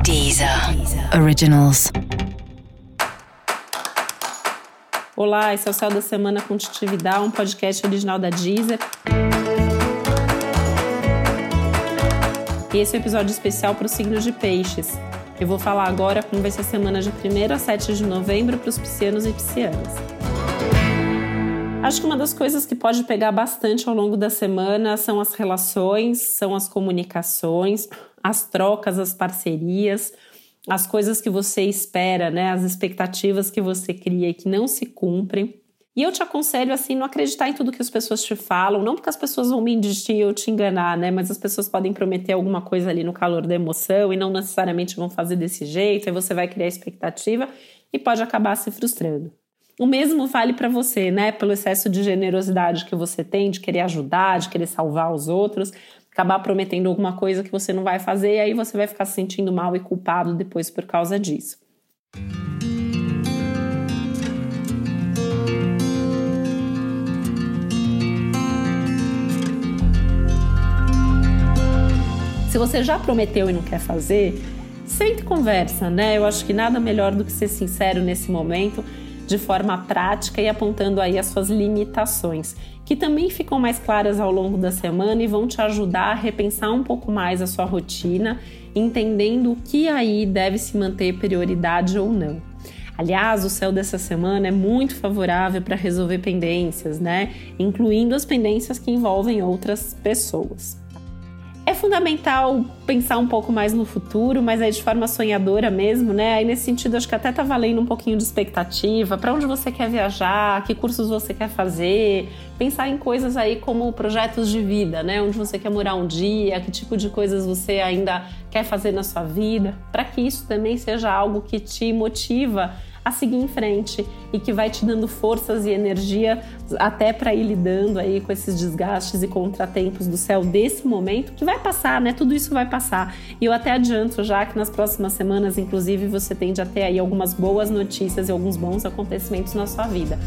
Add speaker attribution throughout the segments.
Speaker 1: Deezer Originals.
Speaker 2: Olá, esse é o Céu da Semana com Titi Vidal, um podcast original da Deezer. E esse é um episódio especial para o signo de Peixes. Eu vou falar agora como vai ser a semana de 1º a 7 de novembro para os piscianos e piscianas. Acho que uma das coisas que pode pegar bastante ao longo da semana são as relações, são as comunicações, as trocas, as parcerias, as coisas que você espera, né? As expectativas que você cria e que não se cumprem. E eu te aconselho, assim, não acreditar em tudo que as pessoas te falam, não porque as pessoas vão mentir ou te enganar, né? Mas as pessoas podem prometer alguma coisa ali no calor da emoção e não necessariamente vão fazer desse jeito, aí você vai criar expectativa e pode acabar se frustrando. O mesmo vale para você, né? Pelo excesso de generosidade que você tem, de querer ajudar, de querer salvar os outros, acabar prometendo alguma coisa que você não vai fazer e aí você vai ficar se sentindo mal e culpado depois por causa disso. Se você já prometeu e não quer fazer, senta e conversa, né? Eu acho que nada melhor do que ser sincero nesse momento, de forma prática e apontando aí as suas limitações, que também ficam mais claras ao longo da semana e vão te ajudar a repensar um pouco mais a sua rotina, entendendo o que aí deve se manter prioridade ou não. Aliás, o céu dessa semana é muito favorável para resolver pendências, né? Incluindo as pendências que envolvem outras pessoas. É fundamental pensar um pouco mais no futuro, mas aí de forma sonhadora mesmo, né? Aí nesse sentido, acho que até tá valendo um pouquinho de expectativa, para onde você quer viajar, que cursos você quer fazer, pensar em coisas aí como projetos de vida, né? Onde você quer morar um dia, que tipo de coisas você ainda quer fazer na sua vida, para que isso também seja algo que te motiva a seguir em frente e que vai te dando forças e energia até para ir lidando aí com esses desgastes e contratempos do céu desse momento, que vai passar, né? Tudo isso vai passar. E eu até adianto já que nas próximas semanas, inclusive, você tende a ter aí algumas boas notícias e alguns bons acontecimentos na sua vida.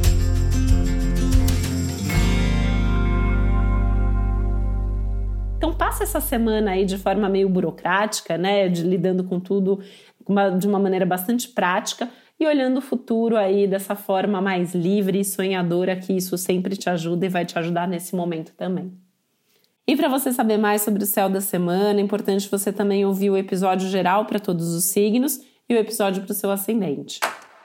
Speaker 2: Então passa essa semana aí de forma meio burocrática, né? Lidando com tudo de uma maneira bastante prática, e olhando o futuro aí dessa forma mais livre e sonhadora, que isso sempre te ajuda e vai te ajudar nesse momento também. E para você saber mais sobre o céu da semana, é importante você também ouvir o episódio geral para todos os signos e o episódio para o seu ascendente.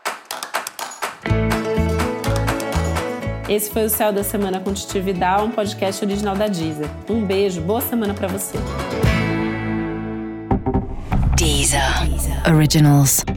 Speaker 2: Esse foi o Céu da Semana com Titi Vidal, um podcast original da Deezer. Um beijo, boa semana para você.
Speaker 1: Deezer Originals.